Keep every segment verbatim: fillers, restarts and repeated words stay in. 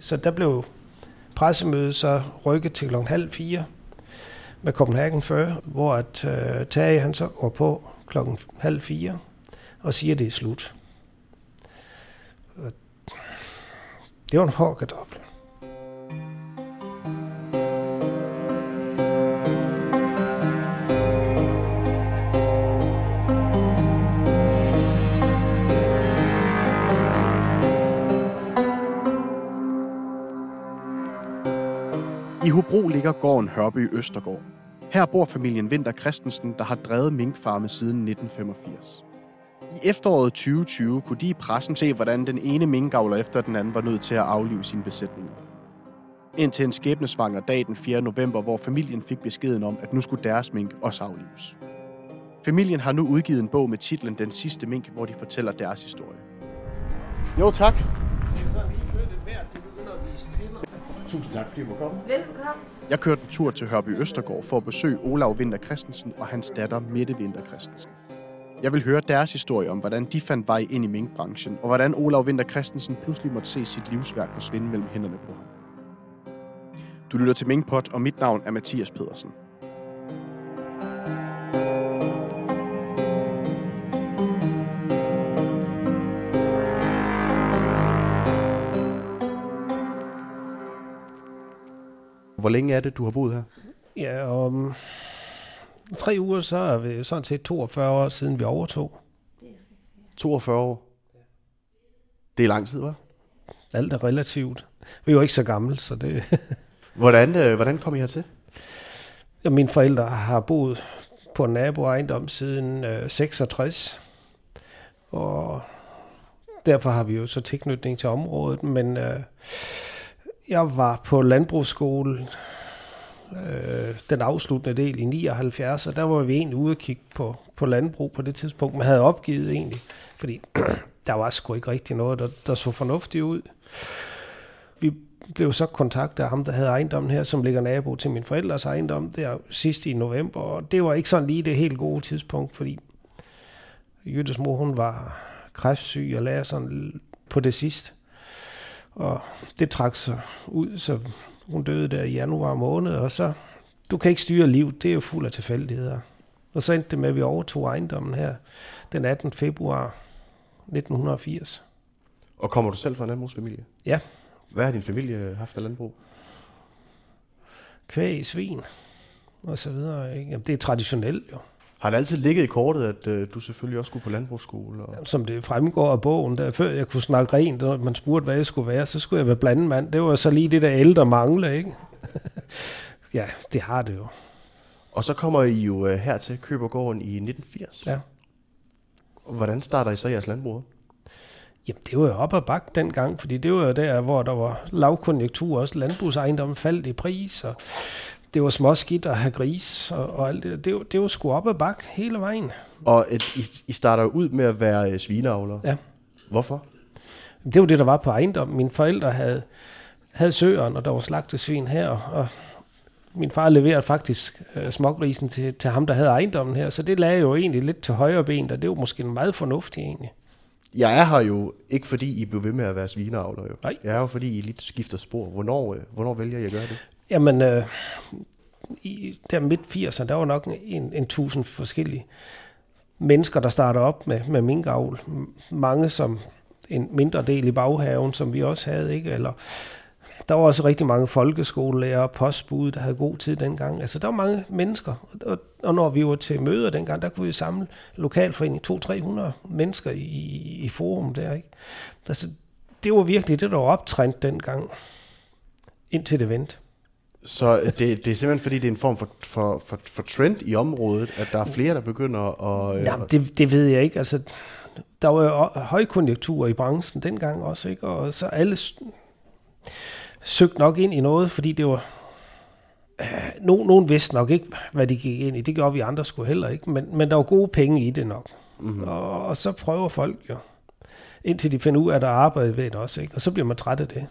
Så der blev pressemødet så rykket til klokken halv fire med Copenhagen før, hvor at uh, Tage han så går på klokken halv fire og siger, at det er slut. Det var en hård kartoffel. I Hobro ligger gården Hørby Østergaard. Her bor familien Winther Christensen, der har drevet minkfarme siden nitten femogfirs. I efteråret tyve tyve kunne de i pressen se, hvordan den ene minkavler efter den anden var nødt til at aflive sine besætninger. Indtil en skæbnesvanger dag den fjerde november, hvor familien fik beskeden om, at nu skulle deres mink også aflives. Familien har nu udgivet en bog med titlen Den sidste mink, hvor de fortæller deres historie. Jo, tak. Tusind tak, fordi du kom. Velbekomme. Jeg kørte en tur til Hørby Østergaard for at besøge Olav Winther Christensen og hans datter Mette Winther Christensen. Jeg vil høre deres historie om, hvordan de fandt vej ind i minkbranchen, og hvordan Olav Winther Christensen pludselig måtte se sit livsværk forsvinde mellem hænderne på ham. Du lytter til Minkpod, og mit navn er Mathias Pedersen. Hvor længe er det, du har boet her? Ja, om tre uger, så er vi sådan set toogfyrre år siden, vi overtog. toogfyrre år? Det er lang tid, hva'? Alt er relativt. Vi er jo ikke så gamle, så det... Hvordan, øh, hvordan kom I hertil? Ja, mine forældre har boet på en naboejendom siden øh, seksogtres, og derfor har vi jo så tilknytning til området, men øh, jeg var på landbrugsskole, øh, den afsluttende del i nioghalvfjerds, og der var vi egentlig ude og kigge på, på landbrug på det tidspunkt, man havde opgivet egentlig, fordi der var sgu ikke rigtig noget, der, der så fornuftigt ud. Vi blev så kontaktet af ham, der havde ejendommen her, som ligger nabo til min forældres ejendom, der sidst i november, og det var ikke sådan lige det helt gode tidspunkt, fordi Jyttes mor, hun var kræftsyg og lagde sådan på det sidste, og det trak sig ud, så hun døde der i januar måned, og så, du kan ikke styre livet, det er jo fuld af tilfældigheder. Og så endte det med, at vi overtog ejendommen her den attende februar nitten firs. Og kommer du selv fra en landbrugsfamilie? Ja. Hvad har din familie haft af landbrug? Kvæg, svin og så videre. Ikke? Jamen, det er traditionelt jo. Har det altid ligget i kortet, at øh, du selvfølgelig også skulle på landbrugsskole? Og... Som det fremgår af bogen, der før jeg kunne snakke rent, og man spurgte, hvad jeg skulle være, så skulle jeg være blandemand. Det var så lige det der ældre mangle, ikke? Ja, det har det jo. Og så kommer I jo øh, her til Købergården i nitten firs. Ja. Hvordan starter I så jeres landbrug? Jamen, det var jo op ad bakke dengang, fordi det var jo der, hvor der var lavkonjunktur, også landbrugsejendommen faldt i pris, og det var småskidt at have gris og, og alt det. Det var, det var sgu op ad bakke hele vejen. Og et, I, I starter ud med at være svineavler. Ja. Hvorfor? Det var det, der var på ejendommen. Mine forældre havde, havde søeren, og der var slagtesvin her, og min far leverede faktisk øh, smågrisen til, til ham, der havde ejendommen her, så det lagde jo egentlig lidt til højre ben, og det var måske meget fornuftigt egentlig. Jeg er her jo ikke fordi I blev ved med at være svineavler jo. Nej. Jeg er jo fordi I lidt skifter spor. Hvornår, hvornår vælger I at gøre det? Jamen, øh, i der midt firserne, der var nok en, en tusind forskellige mennesker, der starter op med, med minkavl. Mange som en mindre del i baghaven, som vi også havde, ikke? Eller der var også rigtig mange folkeskolelærer og postbud, der havde god tid dengang. Altså, der var mange mennesker, og, og når vi var til møder dengang, der kunne vi samle lokalforening to til tre hundrede mennesker i, i forum der, ikke? Altså, det var virkelig det, der var optrend dengang, indtil det vendte. Så det, det er simpelthen fordi, det er en form for, for, for, for trend i området, at der er flere, der begynder at... Jamen, det, det ved jeg ikke. Altså, der var jo højkonjunktur i branchen dengang også, ikke? Og så alle søgte nok ind i noget, fordi det var... Øh, no, nogen vidste nok ikke, hvad de gik ind i. Det gjorde vi andre sgu heller ikke. Men, men der var gode penge i det nok. Mm-hmm. Og, og så prøver folk jo, indtil de finder ud af, at der arbejder ved det også, ikke? Og så bliver man træt af det.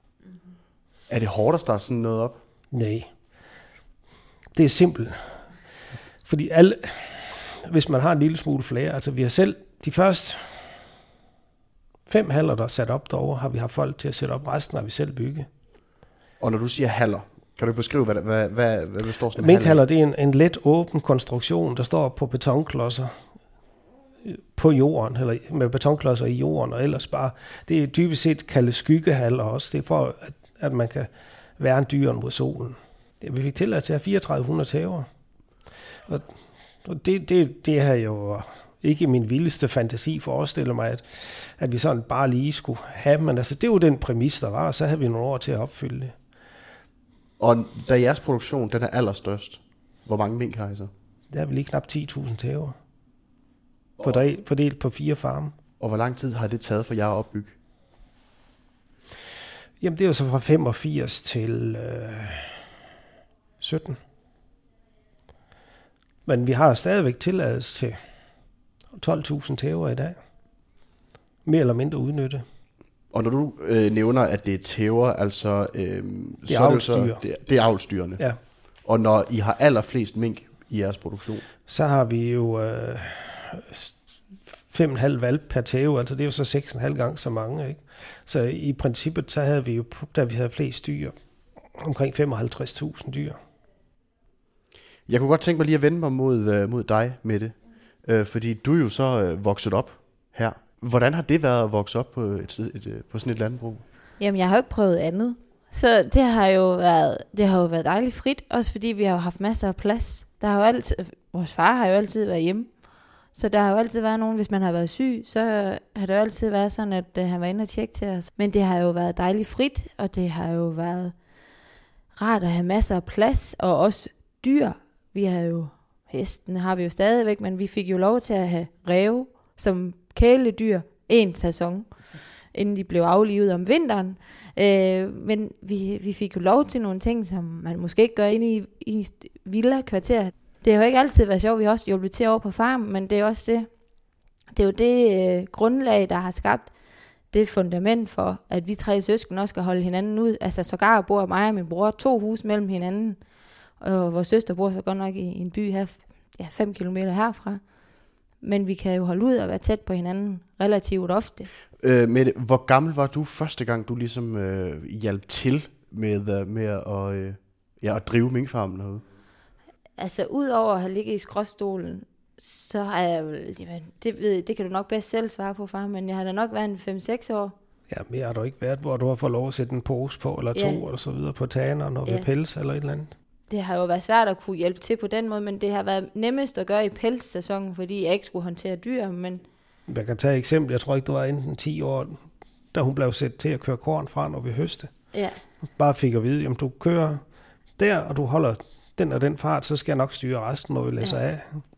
Er det hårdt at starte sådan noget op? Nej. Det er simpelt. Fordi alle, hvis man har en lille smule flere, altså vi har selv de første fem haller, der er sat op derovre, har vi haft folk til at sætte op. Resten har vi selv bygget. Og når du siger haller, kan du beskrive, hvad, hvad, hvad, hvad består sådan en minkhaller, det er en, en let åben konstruktion, der står på betonklodser på jorden, eller med betonklodser i jorden, og ellers bare, det er dybest set kaldet skyggehaller også. Det er for, at, at man kan værne dyrene mod solen. Det, vi fik tilladelse til at have fireogtredive hundrede tæver. Og, og det, det, det er jo ikke min vildeste fantasi for at forestille mig, at, at vi sådan bare lige skulle have, men altså, det var den præmis, der var, og så havde vi nogle år til at opfylde det. Og da jeres produktion, den er allerstørst, hvor mange mink har I så? Der er vi lige knap ti tusind tæver. Fordelt, fordelt på fire farme. Og hvor lang tid har det taget for jer at opbygge? Jamen, det er jo så fra femogfirs til øh, sytten. Men vi har stadigvæk tilladelse til tolv tusind tæver i dag. Mere eller mindre udnytte. Og når du øh, nævner, at det er tæver, altså... Øh, det er avlsdyr. Det, det er avlsdyrene. Ja. Og når I har allerflest mink i jeres produktion? Så har vi jo øh, fem komma fem valp per tæve, altså det er jo så seks komma fem gange så mange, ikke? Så i princippet, så havde vi jo, da vi havde flest dyr, omkring femoghalvtreds tusind dyr. Jeg kunne godt tænke mig lige at vende mig mod, mod dig, Mette, øh, fordi du er jo så øh, vokset op her. Hvordan har det været at vokse op på, et, et, på sådan et landbrug? Jamen, jeg har jo ikke prøvet andet. Så det har jo været, det har jo været dejligt frit, også fordi vi har jo haft masser af plads. Der har jo altid, vores far har jo altid været hjemme, så der har jo altid været nogen, hvis man har været syg, så har det jo altid været sådan, at uh, han var inde og tjekke til os. Men det har jo været dejligt frit, og det har jo været rart at have masser af plads, og også dyr. Vi har jo, hesten har vi jo stadigvæk, men vi fik jo lov til at have ræve som kæledyr en sæson, inden de blev aflivet om vinteren. Øh, men vi, vi fik jo lov til nogle ting, som man måske ikke gør inde i, i villa-kvarter. Det har jo ikke altid været sjovt. Vi har også hjulpet til over på farmen, men det er også det. Det er jo det øh, grundlag, der har skabt det fundament for, at vi tre søskende også skal holde hinanden ud. Altså sågar bor mig og min bror to hus mellem hinanden, og vores søster bor så godt nok i, i en by her, ja, fem kilometer herfra. Men vi kan jo holde ud og være tæt på hinanden relativt ofte. Øh, Mette, hvor gammel var du første gang, du ligesom øh, hjalp til med, med at, øh, ja, at drive minkfarmen herude? Altså, udover at have ligget i skråstolen, så har jeg jamen, det, ved, det kan du nok bedst selv svare på, far, men jeg har da nok været en fem seks år. Ja, mere har du ikke været, hvor du har fået lov at sætte en pose på, eller to, ja. Eller så videre på taneren, og ved ja. Pels, eller et eller andet. Det har jo været svært at kunne hjælpe til på den måde, men det har været nemmest at gøre i pelssæsonen, fordi jeg ikke skulle håndtere dyr, men... Jeg kan tage et eksempel. Jeg tror ikke, det var enten ti år, da hun blev sat til at køre korn fra, når vi høste. Ja. Bare fik at vide, om du kører der, og du holder den og den fart, så skal jeg nok styre resten, når vi læser ja. Af.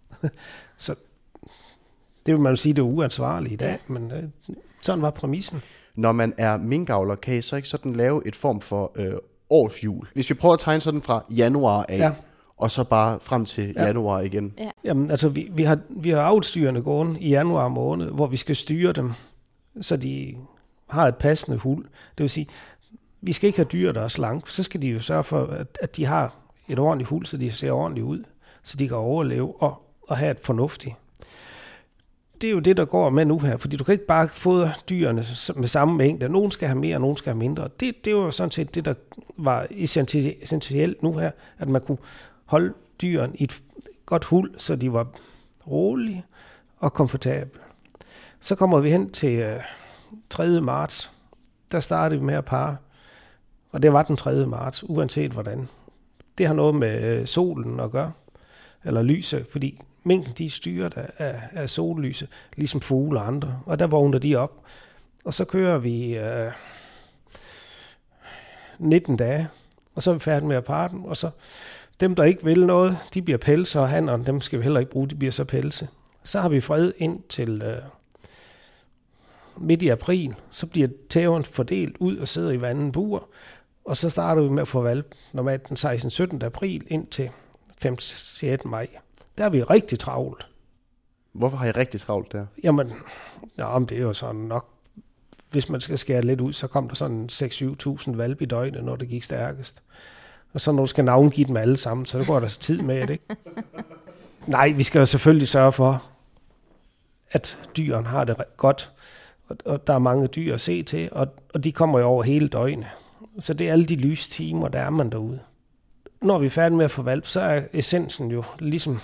Så det vil man jo sige, det er uansvarligt i dag, ja. Men øh, sådan var præmissen. Når man er minkavler, kan I så ikke sådan lave et form for øh, årsjul? Hvis vi prøver at tegne sådan fra januar af, ja. Og så bare frem til ja. Januar igen. Ja. Jamen, altså, vi, vi har, vi har avlsdyrene gående i januar måned, hvor vi skal styre dem, så de har et passende huld. Det vil sige, vi skal ikke have dyr, der er slanke, så skal de jo sørge for, at, at de har et ordentligt huld, så de ser ordentligt ud, så de kan overleve og, og have et fornuftigt. Det er jo det, der går med nu her, fordi du kan ikke bare fodre dyrene med samme mængde. Nogen skal have mere, og nogen skal have mindre. Det, det var sådan set det, der var essentielt nu her, at man kunne holde dyrene i et godt huld, så de var rolige og komfortable. Så kommer vi hen til øh, tredje marts. Der startede vi med at parre, og det var den tredje marts, uanset hvordan. Det har noget med øh, solen at gøre, eller lyset, fordi mængden de er styret af, af, af sollyset, ligesom fugle og andre, og der vågner de op. Og så kører vi øh, nitten dage, og så er vi færdige med at parre dem, og så dem, der ikke vil noget, de bliver pelse, og hannerne, dem skal vi heller ikke bruge, de bliver så pelse. Så har vi fred ind til øh, midt i april, så bliver tæven fordelt ud og sidder i vandet bur, og så starter vi med at få valp normalt den sekstende til syttende april ind til femte til sjette maj. Der er vi rigtig travlt. Hvorfor har I rigtig travlt der? Jamen, ja, det er jo sådan nok, hvis man skal skære lidt ud, så kom der sådan seks til syv tusind valp i døgnet, når det gik stærkest. Og så når du skal navngive dem alle sammen, så går der så tid med det, ikke? Nej, vi skal jo selvfølgelig sørge for, at dyrene har det godt, Og, og der er mange dyr at se til, og, og de kommer jo over hele døgnet. Så det er alle de lyse timer, der er man derude. Når vi er færdige med at få valp, så er essensen jo ligesom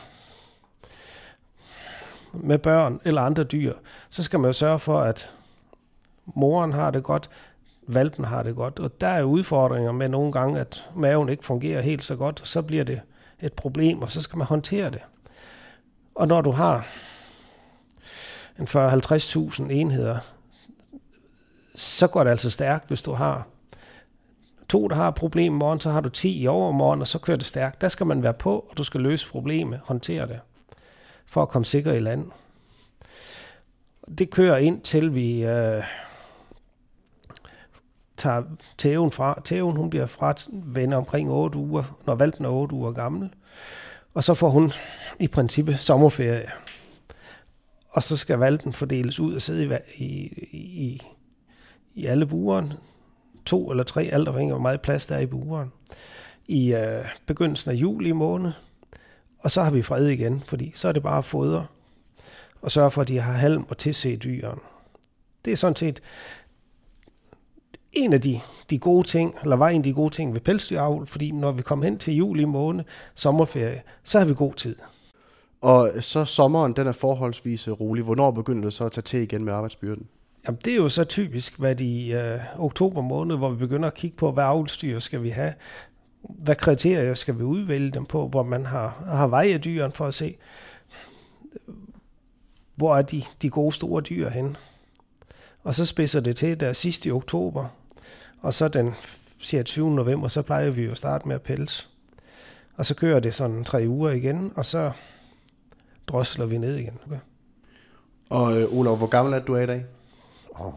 med børn eller andre dyr. Så skal man jo sørge for, at moren har det godt, valpen har det godt. Og der er udfordringer med nogle gange, at maven ikke fungerer helt så godt, og så bliver det et problem, og så skal man håndtere det. Og når du har en fyrre til halvtreds tusind enheder, så går det altså stærkt, hvis du har to, der har et problem i morgen, så har du ti i overmorgen, og så kører det stærkt. Der skal man være på, og du skal løse problemet, håndtere det, for at komme sikkert i land. Det kører ind til vi øh, tager tæven fra. Tæven, hun bliver fra vende omkring otte uger, når valpen er otte uger gammel. Og så får hun i princippet sommerferie. Og så skal valpen fordeles ud og sidde i, i, i, i alle buren. To eller tre, alt afhængig af hvor meget plads der er i buren. I øh, begyndelsen af juli måned. Og så har vi fred igen, fordi så er det bare at fodre. Og sørge for, at de har halm og tilse dyrene. Det er sådan set en af de, de gode ting, eller var en af de gode ting ved pelsdyravl, fordi når vi kommer hen til juli måned, sommerferie, så har vi god tid. Og så sommeren, den er forholdsvis rolig. Hvornår begynder det så at tage til igen med arbejdsbyrden? Jamen, det er jo så typisk, hvad i øh, oktober måned, hvor vi begynder at kigge på, hvad avlsdyr skal vi have, hvad kriterier skal vi udvælge dem på, hvor man har, har vejet dyrene for at se, hvor er de, de gode store dyr henne. Og så spidser det til der sidst i oktober, og så den tyvende november, så plejer vi jo at starte med at pelse. Og så kører det sådan tre uger igen, og så drosler vi ned igen. Okay. Og øh, Olav, hvor gammel er du er i dag? Oh.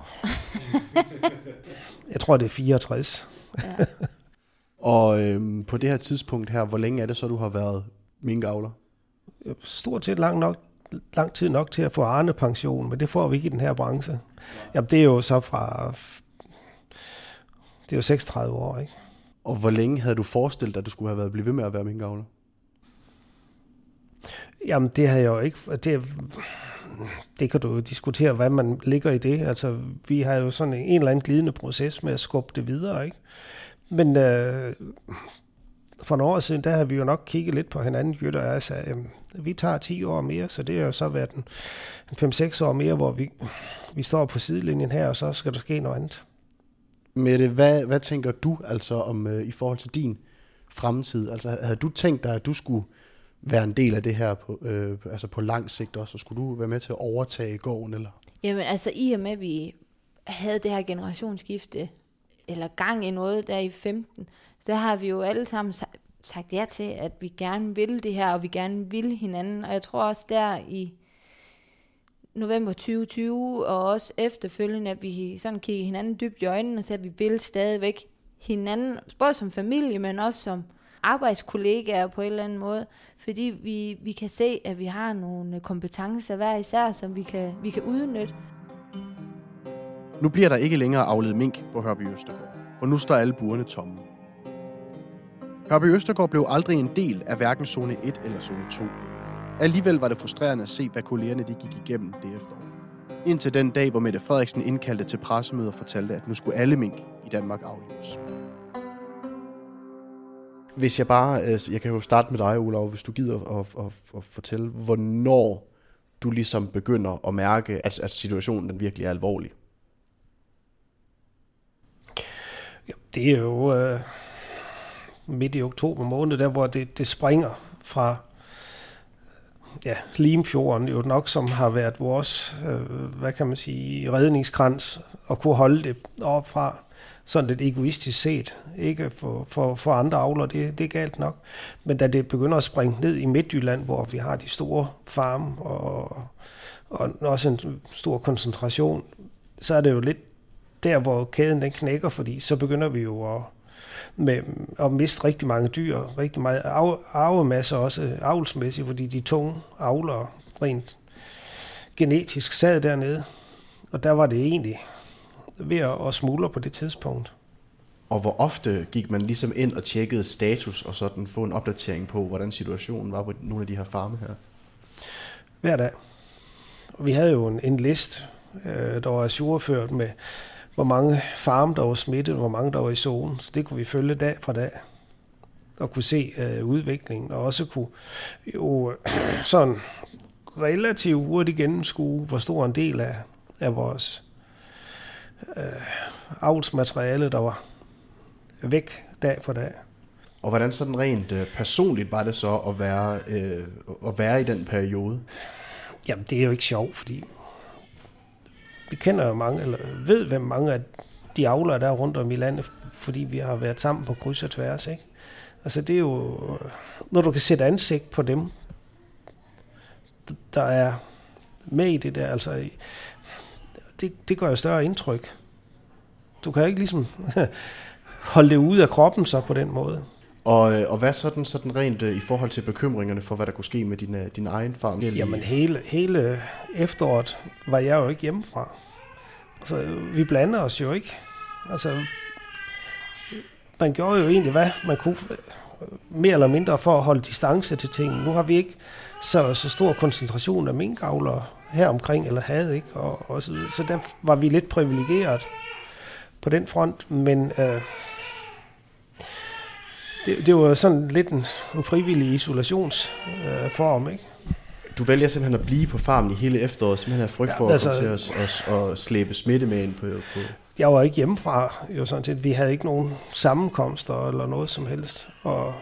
Jeg tror, det er fireogtres. Ja. Og øhm, på det her tidspunkt her, hvor længe er det så, du har været minkavler? Stort set lang, nok, lang tid nok til at få Arne-pension, men det får vi ikke i den her branche. Jamen, det er jo så fra... Det er jo seksogtredive år, ikke? Og hvor længe havde du forestillet dig, at du skulle have været blive ved med at være minkavler? Jamen, det har jeg jo ikke... Det, det kan du jo diskutere, hvad man ligger i det. Altså, vi har jo sådan en eller anden glidende proces med at skubbe det videre, ikke? Men øh, for nogle år siden, der har vi jo nok kigget lidt på hinanden, Jytte og jeg sagde, øh, vi tager ti år mere, så det har jo så været en, en fem seks år mere, hvor vi, vi står på sidelinjen her, og så skal der ske noget andet. Mette, hvad, hvad tænker du altså om øh, i forhold til din fremtid? Altså, havde du tænkt dig, at du skulle være en del af det her på, øh, altså på lang sigt også, og skulle du være med til at overtage gården? Eller? Jamen altså, i og med, at vi havde det her generationsskifte, eller gang i noget der i femten, så har vi jo alle sammen sagt ja til, at vi gerne vil det her, og vi gerne vil hinanden. Og jeg tror også der i november tyve tyve, og også efterfølgende, at vi sådan kigger hinanden dybt i øjnene, og siger, at vi vil stadigvæk hinanden, både som familie, men også som arbejdskollegaer på en eller anden måde, fordi vi, vi kan se, at vi har nogle kompetencer hver især, som vi kan, vi kan udnytte. Nu bliver der ikke længere avlet mink på Hørby Østergaard, for nu står alle burene tomme. Hørby Østergaard blev aldrig en del af hverken zone et eller zone to. Alligevel var det frustrerende at se, hvad kollegerne de gik igennem det efterår. Indtil den dag, hvor Mette Frederiksen indkaldte til pressemøde og fortalte, at nu skulle alle mink i Danmark aflives. Hvis jeg bare, jeg kan jo starte med dig, Olav, hvis du gider at, at, at fortælle, hvornår du ligesom begynder at mærke, at, at situationen den virkelig er alvorlig. Ja, det er jo øh, midt i oktober måned, der hvor det, det springer fra ja, Limfjorden, jo nok som har været vores, øh, hvad kan man sige, redningskrans, og kunne holde det op fra. Sådan lidt egoistisk set, ikke for, for, for andre avlere, det, det er galt nok. Men da det begynder at springe ned i Midtjylland, hvor vi har de store farme og, og også en stor koncentration, så er det jo lidt der, hvor kæden den knækker, fordi så begynder vi jo at, med, at miste rigtig mange dyr, rigtig meget arvemasse også avlsmæssigt, fordi de tunge avlere rent genetisk sad dernede. Og der var det egentlig ved at smuldre på det tidspunkt. Og hvor ofte gik man ligesom ind og tjekkede status og sådan få en opdatering på, hvordan situationen var på nogle af de her farme her? Hver dag. Og vi havde jo en, en liste øh, der var ajourført med, hvor mange farme, der var smittet, hvor mange, der var i zonen. Så det kunne vi følge dag fra dag, og kunne se øh, udviklingen, og også kunne jo øh, sådan relativt hurtigt gennemskue, hvor stor en del af, af vores øh, avlsmateriale, der var væk dag for dag. Og hvordan sådan rent øh, personligt var det så at være, øh, at være i den periode? Jamen, det er jo ikke sjovt, fordi vi kender jo mange, eller ved, hvem mange af de avlere, der er rundt om i landet, fordi vi har været sammen på kryds og tværs, ikke? Altså, det er jo, når du kan sætte ansigt på dem, der er med i det der, altså, det, det gør jo større indtryk. Du kan ikke ligesom holde det ude af kroppen så på den måde. Og, og hvad sådan, sådan rent i forhold til bekymringerne for, hvad der kunne ske med din, din egen farm? Jamen hele, hele efteråret var jeg jo ikke hjemmefra. Altså, vi blander os jo ikke. Altså, man gjorde jo egentlig, hvad man kunne, mere eller mindre for at holde distance til ting. Nu har vi ikke så, så stor koncentration af minkavlere her omkring, eller havde ikke, og, og så, så der var vi lidt privilegeret på den front, men øh, det, det var sådan lidt en, en frivillig isolationsform, øh, ikke? Du vælger simpelthen at blive på farmen i hele efteråret, simpelthen af frygt for ja, altså, at komme til at, at, at slæbe smitte med ind på, på... Jeg var ikke hjemmefra, jo sådan set. Vi havde ikke nogen sammenkomster eller noget som helst, og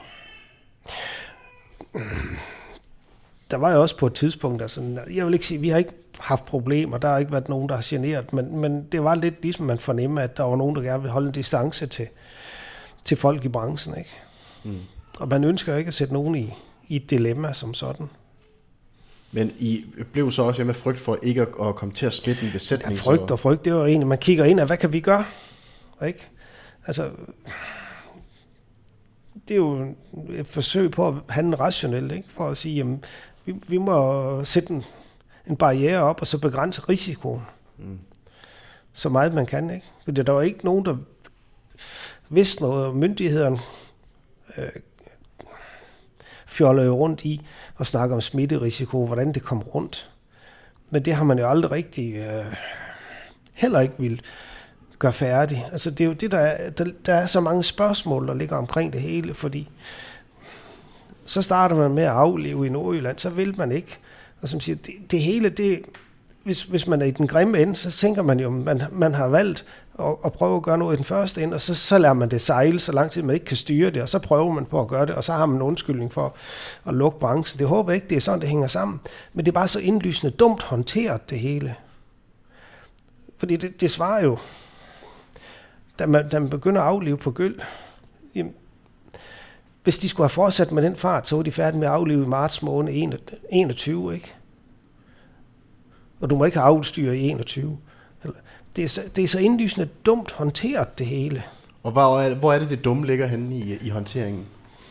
der var jo også på et tidspunkt, altså, jeg vil ikke sige, vi har ikke haft problemer, der har ikke været nogen, der har generet, men, men det var lidt ligesom man fornemmer, at der var nogen, der gerne ville holde en distance til, til folk i branchen, ikke? Mm. Og man ønsker ikke at sætte nogen i, i et dilemma som sådan. Men I blev så også hjemme med frygt for ikke at, at komme til at smitte en besætning? Ja, frygt og frygt, det var egentlig, man kigger ind af, hvad kan vi gøre? Ikke? Altså, det er jo et forsøg på at handle rationelt, ikke? For at sige, jamen, vi, vi må sætte en, en barriere op, og så begrænse risikoen. Mm. Så meget man kan, ikke? Fordi der var ikke nogen, der vidste noget, og myndighederne øh, fjoller jo rundt i og snakker om smitterisiko, hvordan det kom rundt. Men det har man jo aldrig rigtig øh, heller ikke vil gøre færdigt. Altså det er jo det, der er, der, der er så mange spørgsmål, der ligger omkring det hele, fordi så starter man med at afleve i Nordjylland, så vil man ikke. Og som siger, det, det hele, det, hvis, hvis man er i den grimme ende, så tænker man jo, man, man har valgt at, at prøve at gøre noget i den første ende, og så, så lader man det sejle, så lang tid man ikke kan styre det, og så prøver man på at gøre det, og så har man en undskyldning for at lukke branchen. Det håber jeg ikke, det er sådan, det hænger sammen. Men det er bare så indlysende dumt håndteret, det hele. Fordi det, det svarer jo, da man, da man begynder at aflive på Gøl, jamen, hvis de skulle have fortsat med den fart, så var de færdige med at aflive i marts måned enogtyve, ikke? Og du må ikke have avlsdyr i enogtyve. Det er, så, det er så indlysende dumt håndteret, det hele. Og hvor er, hvor er det, det dumme ligger henne i, i håndteringen?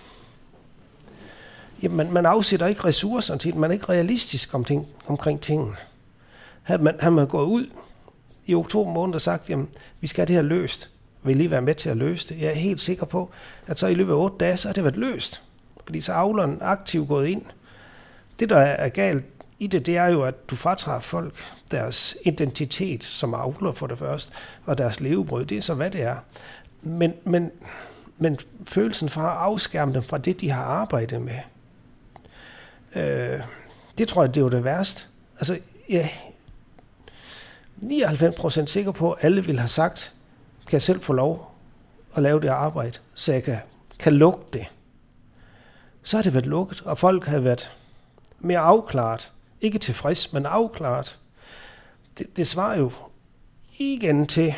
Jamen, man, man afsætter ikke ressourcer til det. Man er ikke realistisk om ting, omkring tingene. Havde man, havde man gået ud i oktober måned og sagt, jamen, vi skal have det her løst. Vil I lige være med til at løse det? Jeg er helt sikker på, at så i løbet af otte dage, så har det været løst. Fordi så er avleren aktivt gået ind. Det, der er galt i det, det er jo, at du fratager folk deres identitet som avler for det første, og deres levebrød, det er så, hvad det er. Men, men, men følelsen for at afskærme dem fra det, de har arbejdet med, øh, det tror jeg, det er jo det værste. Altså, ja, nioghalvfems procent sikker på, at alle ville have sagt, kan jeg selv få lov at lave det arbejde, så jeg kan, kan lukke det. Så har det været lukket, og folk havde været mere afklaret. Ikke tilfreds, men afklaret. Det, det svarer jo igen til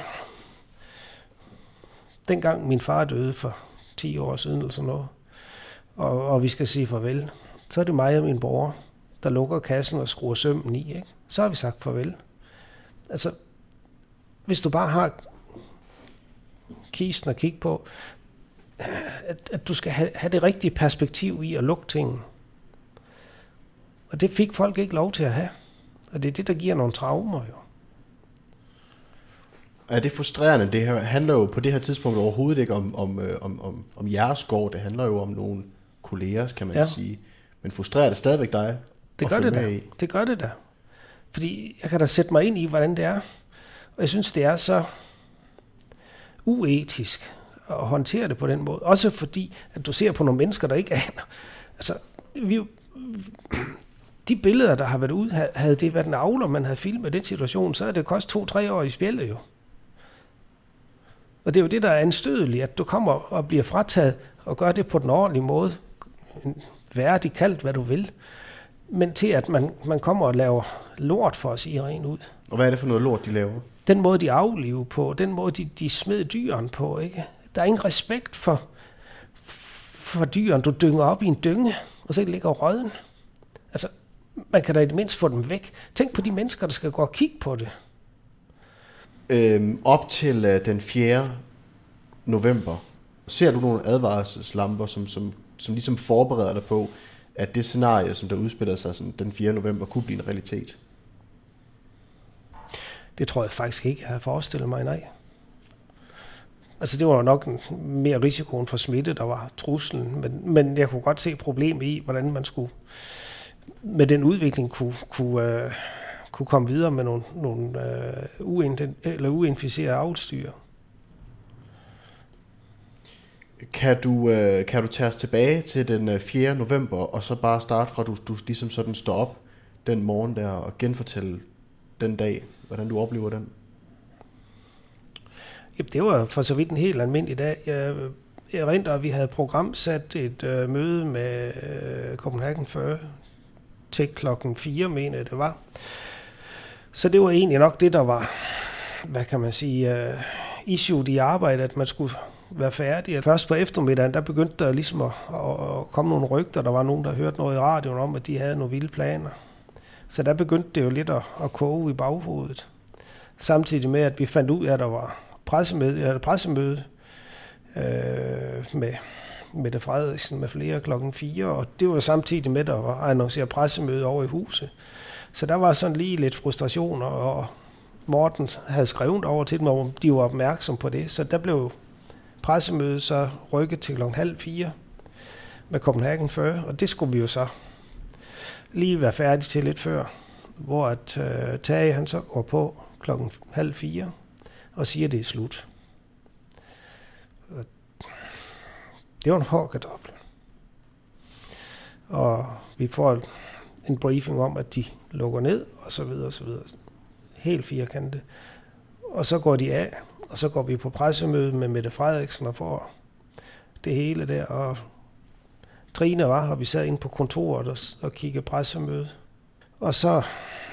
dengang min far døde for ti år siden eller sådan noget, og, og vi skal sige farvel. Så er det mig og min bror, der lukker kassen og skruer sømmen i, ikke? Så har vi sagt farvel. Altså, hvis du bare har kisten at kigge på, at, at du skal have, have det rigtige perspektiv i at lukke tingene. Og det fik folk ikke lov til at have. Og det er det, der giver nogle traumer jo. Er det frustrerende? Det her handler jo på det her tidspunkt overhovedet ikke om, om, om, om, om jeres gård. Det handler jo om nogle kolleger, kan man ja. sige. Men frustrerer det stadigvæk dig? Det gør det da. Det gør det da. Fordi jeg kan da sætte mig ind i, hvordan det er. Og jeg synes, det er så uetisk at håndtere det på den måde. Også fordi, at du ser på nogle mennesker, der ikke aner. Altså, vi, de billeder, der har været ude, havde det været en avler, man havde filmet den situation, så havde det kostet to-tre år i spjældet jo. Og det er jo det, der er anstødeligt, at du kommer og bliver frataget og gør det på den ordentlige måde. Værdigt kaldt, hvad du vil. Men til at man, man kommer og laver lort for at sige rent ud. Og hvad er det for noget lort, de laver? Den måde, de aflever på, den måde, de, de smed dyren på, ikke? Der er ingen respekt for, for dyren. Du dynger op i en dynge, og så ligger røden. Altså, man kan da i det mindste få dem væk. Tænk på de mennesker, der skal gå og kigge på det. Øhm, op til øh, den fjerde november, ser du nogle advarselslamper, som, som, som ligesom forbereder dig på, at det scenarie, som der udspiller sig sådan, den fjerde november, kunne blive en realitet? Det tror jeg faktisk ikke, jeg havde forestillet mig, nej. Altså det var jo nok en, mere risikoen for smitte, der var truslen, men, men jeg kunne godt se problemet i, hvordan man skulle med den udvikling kunne, kunne, uh, kunne komme videre med nogle, nogle uh, uinten, eller uinficerede avlsdyr. Kan du, øh, kan du tage os tilbage til den fjerde november, og så bare starte fra, at du, du ligesom sådan står op den morgen der, og genfortælle den dag, hvordan du oplever den? Jamen, det var for så vidt en helt almindelig dag. Jeg erindrer, at vi havde programsat et øh, møde med øh, Copenhagen fyrre til klokken fire, mener jeg det var. Så det var egentlig nok det, der var, hvad kan man sige, uh, issue i arbejdet, at man skulle være færdig. Først på eftermiddagen, der begyndte der ligesom at, at komme nogle rygter. Der var nogen, der hørte noget i radioen om, at de havde nogle vilde planer. Så der begyndte det jo lidt at, at koge i baghovedet. Samtidig med, at vi fandt ud af, at der var pressemøde, eller pressemøde øh, med Mette Frederiksen med flere klokken fire, og det var samtidig med, at der var annonceret pressemøde over i huset. Så der var sådan lige lidt frustration, og Morten havde skrevet over til dem, og de var opmærksom på det. Så der blev pressemødet så rykket til klokken halv fire med Copenhagen fyrre, og det skulle vi jo så lige være færdige til lidt før, hvor at øh, Tage han så går på klokken halv fire og siger, at det er slut. Det var en hård kartoffel. Og vi får en briefing om, at de lukker ned, og så videre, og så videre. Helt firkantet. Og så går de af, og så går vi på pressemøde med Mette Frederiksen og får det hele der. Og Trine var, og vi sad inde på kontoret og, og kiggede pressemøde. Og så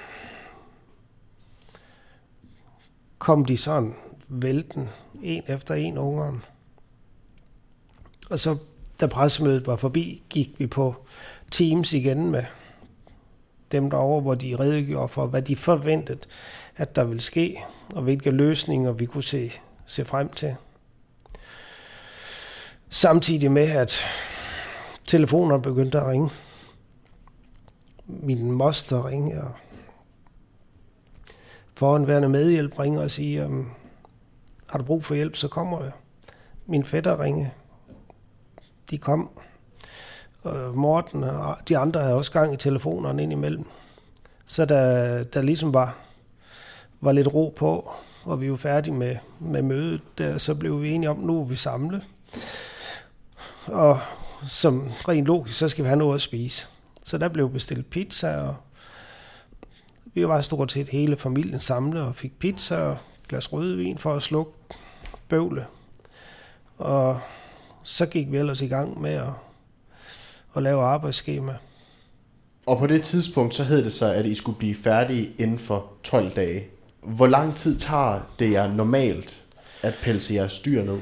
kom de sådan vælten, en efter en ungeren. Og så, da pressemødet var forbi, gik vi på Teams igen med dem derovre, hvor de redegjorde for, hvad de forventede, at der ville ske, og hvilke løsninger vi kunne se, se frem til. Samtidig med, at telefonerne begyndte at ringe. Min moster ringede, og foranværende medhjælp ringer og siger, har du brug for hjælp, så kommer jeg. Min fætter ringede. De kom. Og Morten og de andre havde også gang i telefonerne ind imellem. Så der, der ligesom var, var lidt ro på, og vi var færdige med, med mødet, der, så blev vi enige om, nu er vi samlet. Og som rent logisk, så skal vi have noget at spise. Så der blev bestilt pizza, og vi var stort set hele familien samlet og fik pizza og glas rødvin for at slukke bøvle. Og så gik vi ellers i gang med at, at lave arbejdsskema. Og på det tidspunkt, så hed det så, at I skulle blive færdige inden for tolv dage. Hvor lang tid tager det jer normalt at pelse jeres dyr ned?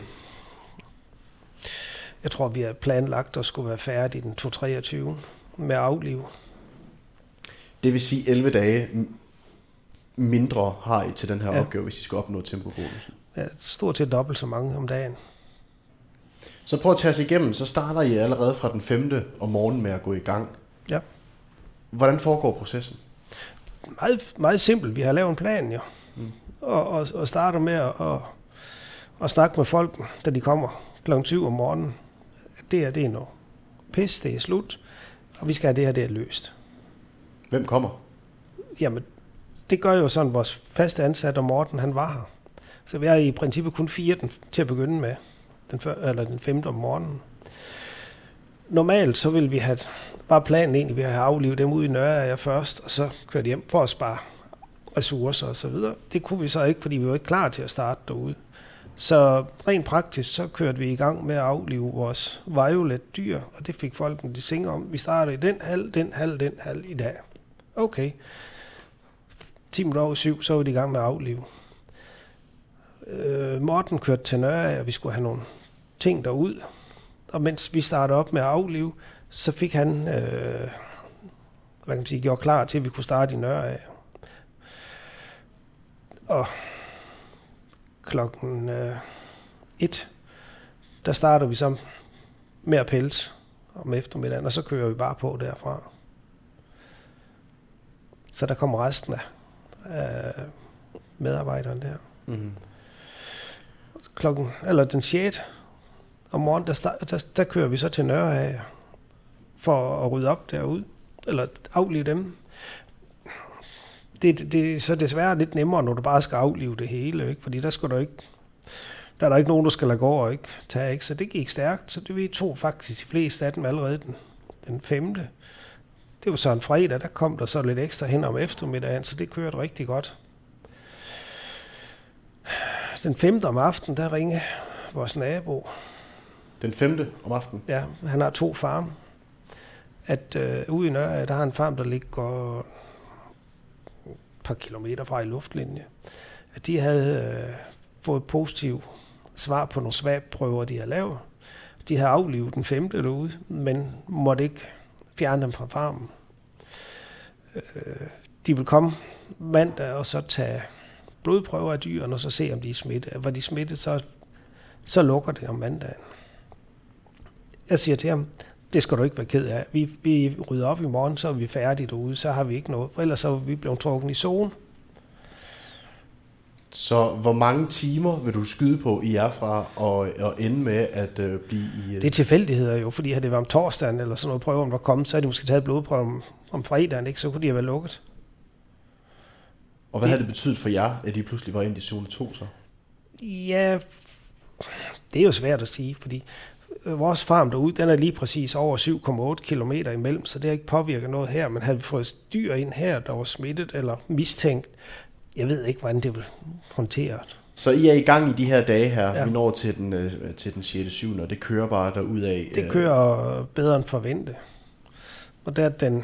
Jeg tror, vi har planlagt at skulle være færdige den to treogtyve med afliv. Det vil sige elleve dage mindre har I til den her ja. opgave, hvis I skal opnå tempobonusen. Ja, stort set dobbelt så mange om dagen. Så prøv at tage os igennem, så starter I allerede fra den femte om morgenen med at gå i gang. Ja. Hvordan foregår processen? Meget, meget simpelt. Vi har lavet en plan, jo. Mm. Og, og, og starter med at, at, at snakke med folk, da de kommer klokken syv om morgenen. Det her, det er noget pis, det er slut, og vi skal have det her, det er løst. Hvem kommer? Jamen, det gør jo sådan, vores faste ansatte, og Morten, han var her. Så vi er i princippet kun fire den, til at begynde med, den, før, eller den femte om morgenen. Normalt så vil vi have, bare planen egentlig, vi har aflivet dem ud i Nørager først, og så køre hjem for at spare ressourcer og så videre. Det kunne vi så ikke, fordi vi var ikke klar til at starte derude. Så rent praktisk, så kørte vi i gang med at aflive vores violet dyr, og det fik folkene de singer om. Vi starter i den halv, den halv, den halv i dag. Okay. ti minutter over syv, så var de i gang med at aflive. Øh, Morten kørte til Nørager, og vi skulle have nogle ting derud. Og mens vi startede op med at aflive, så fik han øh, hvad kan man sige, gjort klar til, at vi kunne starte i Nørager. Og klokken øh, et, der starter vi så med at pelse om eftermiddagen, og så kører vi bare på derfra. Så der kommer resten af, af medarbejderne der. Mm-hmm. Klokken, eller den sjette om morgenen, der, start, der, der kører vi så til Nørager for at rydde op derude, eller aflive dem. Det, det er så desværre lidt nemmere, når du bare skal aflive det hele, ikke? Fordi der skal du ikke, der er der ikke nogen, der skal lade gå og ikke tage, ikke? Så det gik stærkt, så det vi tog faktisk de fleste af dem allerede den, den femte. Det var så en fredag, der kom der så lidt ekstra hen om eftermiddagen, så det kørte rigtig godt. Den femte om aftenen, der ringede vores nabo. Den femte om aftenen? Ja, han har to farme. At øh, ude i Nørager, der har en farm, der ligger et par kilometer fra i luftlinje. At de havde øh, fået positiv svar på nogle svabprøver, de havde lavet. De havde aflivet den femte derude, men måtte ikke fjerne dem fra farmen. Øh, de vil komme mandag og så tage blodprøver af dyrene, og så se, om de er smittet. Var de smittet, så, så lukker det om mandagen. Jeg siger til ham, det skal du ikke være ked af. Vi, vi rydder op i morgen, så er vi færdige derude, så har vi ikke noget. For ellers så er vi blevet trukket i zone. Så hvor mange timer vil du skyde på i jer fra og, og ende med at øh, blive i... Øh... Det er tilfældigheder jo, fordi havde det været om torsdagen eller sådan noget prøve, om der kom, så havde de måske taget blodprøve om, om fredagen, ikke? Så kunne de have været lukket. Og hvad det, havde det betydet for jer, at de pludselig var inde i zone to så? Ja, det er jo svært at sige, fordi vores farm derude, den er lige præcis over syv komma otte kilometer imellem, så det har ikke påvirket noget her. Men havde vi fået dyr ind her, der var smittet eller mistænkt, jeg ved ikke, hvordan det vil håndteres. Så I er i gang i de her dage her, ja. Vi når til den, øh, til den sjette syvende og det kører bare derudad? Det kører bedre end forventet. Og der den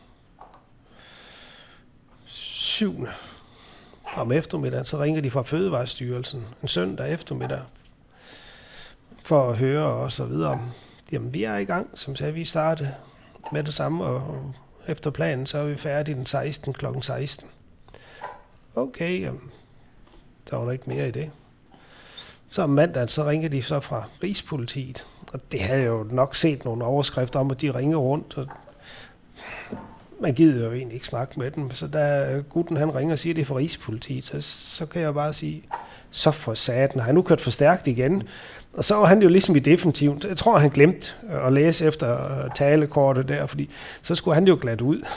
syvende om eftermiddagen, så ringer de fra Fødevarestyrelsen en søndag eftermiddag, for at høre og så videre. Jamen, vi er i gang, som sagde, vi startede med det samme, og efter planen, så er vi færdige den sekstende klokken seksten. Okay, jamen, der var der ikke mere i det. Så om mandagen, så ringede de så fra Rigspolitiet, og det havde jo nok set nogle overskrifter om, at de ringede rundt, og man gider jo egentlig ikke snakke med dem. Så da gutten han ringer og siger, det er fra Rigspolitiet, så, så kan jeg bare sige, så for satan, har han nu kørt for stærkt igen? Og så var han jo ligesom i definitivt. Jeg tror, han glemte at læse efter talekortet der, fordi så skulle han jo glatte ud.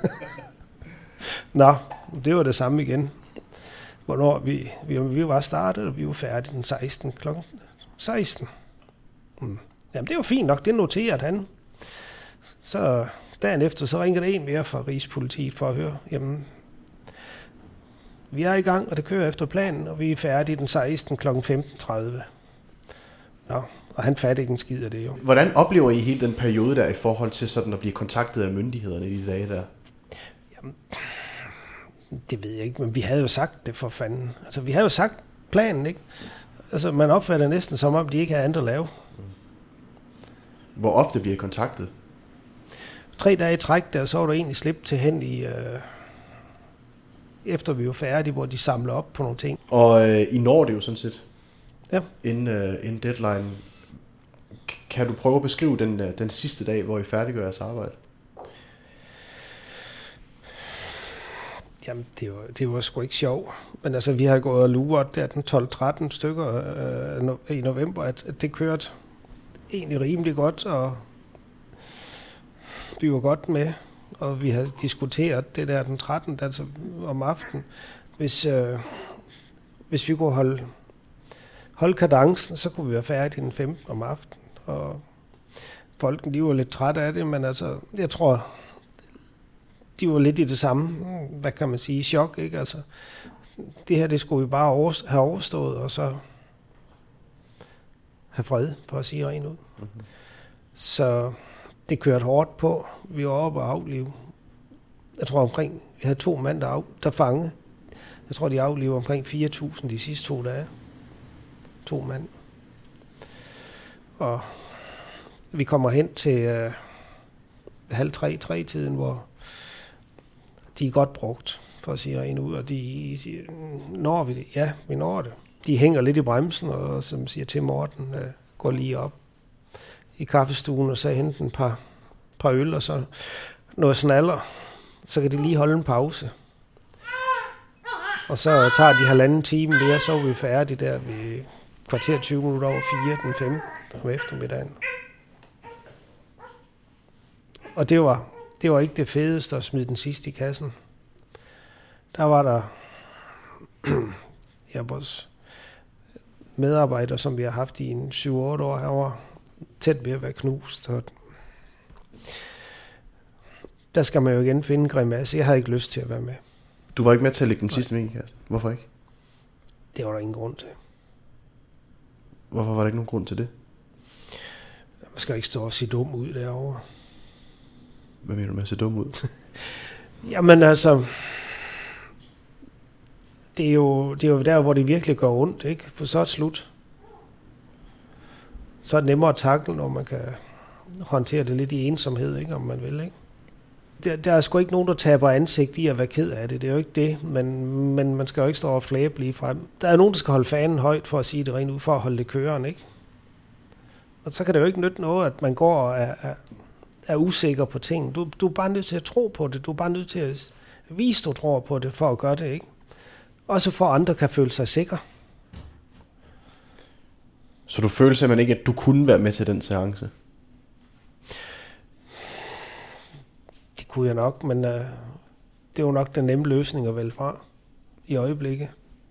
Nå, det var det samme igen. Hvornår vi, vi, vi var startet, og vi var færdige den sekstende klokken seksten. Hmm. Jamen, det var fint nok, det noterede han. Så dagen efter, så ringer det en mere fra Rigspolitiet for at høre, jamen, vi er i gang, og det kører efter planen, og vi er færdige den sekstende klokken femten tredive. Nå, og han fatter ikke en skid af det jo. Hvordan oplever I hele den periode der i forhold til sådan at blive kontaktet af myndighederne i de dage der? Jamen, det ved jeg ikke, men vi havde jo sagt det for fanden. Altså, vi havde jo sagt planen, ikke? Altså, man opfatter næsten som om, de ikke havde andet at lave. Hvor ofte bliver I kontaktet? Tre dage i træk der, så var der egentlig slippet til hen i... Øh, efter vi var færdige, hvor de samler op på nogle ting. Og øh, I når det jo sådan set. Ja. Inden, øh, inden deadline. Kan du prøve at beskrive den, øh, den sidste dag, hvor I færdiggør jeres arbejde? Jamen, det var, det var sgu ikke sjovt. Men altså, vi har gået og luret der den tolv tretten stykker øh, no, i november, at, at det kørte egentlig rimelig godt, og vi var godt med. og vi har diskuteret det der den trettende altså om aftenen. Hvis, øh, hvis vi kunne holde, holde kadencen, så kunne vi være færdige den femtende om aftenen. Og folken, de var lidt trætte af det, men altså, jeg tror, de var lidt i det samme, hvad kan man sige, chok, ikke? Altså, det her, det skulle vi bare over, have overstået, og så have fred, for at sige rent ud. Mm-hmm. Så det kørte hårdt på. Vi var oppe og aflive. Jeg tror omkring, vi havde to mand, der, af, der fange. Jeg tror, de aflevede omkring fire tusind de sidste to dage. To mand. Og vi kommer hen til øh, halv tre, tre tiden, hvor de er godt brugt, for at sige rent ud, og de siger, når vi det? Ja, vi når det. De hænger lidt i bremsen, og som siger til Morten, øh, går lige op i kaffestuen, og så hente en par, par øl, og så noget snaller. Så kan de lige holde en pause. Og så tager de halvanden time mere, så er vi færdige der ved kvarter tyve minutter over fire, den femte om eftermiddagen. Og det var, det var ikke det fedeste at smide den sidste i kassen. Der var der ja, vores medarbejdere, som vi har haft i en syv otte år herovre, tæt ved at være knust. Og der skal man jo igen finde en grimasse. Jeg havde ikke lyst til at være med. Du var ikke med til at lægge den sidste mink i kassen? Hvorfor ikke? Det var der ingen grund til. Hvorfor var der ikke nogen grund til det? Man skal ikke stå og se dum ud derovre. Hvad mener du med at se dum ud? Jamen altså, det er, jo, det er jo der, hvor det virkelig går ondt, ikke? For så er det slut. Så er det nemmere at tackle, når man kan håndtere det lidt i ensomhed, ikke? Om man vil, ikke? Der, der er sgu ikke nogen, der taber ansigt i at være ked af det. Det er jo ikke det, men, men man skal jo ikke stå og flæbe lige frem. Der er nogen, der skal holde fanen højt for at sige det rent ud, for at holde det kørende, ikke? Og så kan det jo ikke nytte noget, at man går og er, er, er usikker på ting. Du, du er bare nødt til at tro på det. Du er bare nødt til at vise, du tror på det, for at gøre det, ikke? Også for at andre kan føle sig sikre. Så du følte simpelthen ikke, at du kunne være med til den seance? Det kunne jeg nok, men øh, det var nok den nemme løsning at vælge fra i øjeblikket.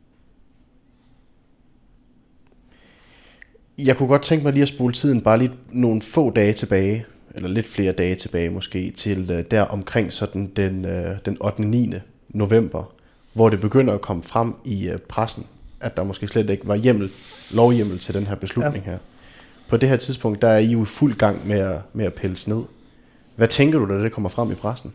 Jeg kunne godt tænke mig lige at spole tiden bare lige nogle få dage tilbage, eller lidt flere dage tilbage måske, til øh, der omkring sådan den, øh, den ottende niende november, hvor det begynder at komme frem i øh, pressen, at der måske slet ikke var hjemmel, lovhjemmel til den her beslutning ja. her. På det her tidspunkt, der er I jo i fuld gang med at, med at pælse ned. Hvad tænker du, da det kommer frem i pressen?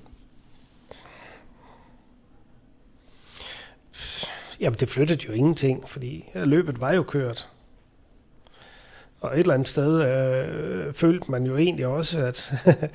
Jamen, det flyttede jo ingenting, fordi løbet var jo kørt. Og et eller andet sted øh, følte man jo egentlig også, at,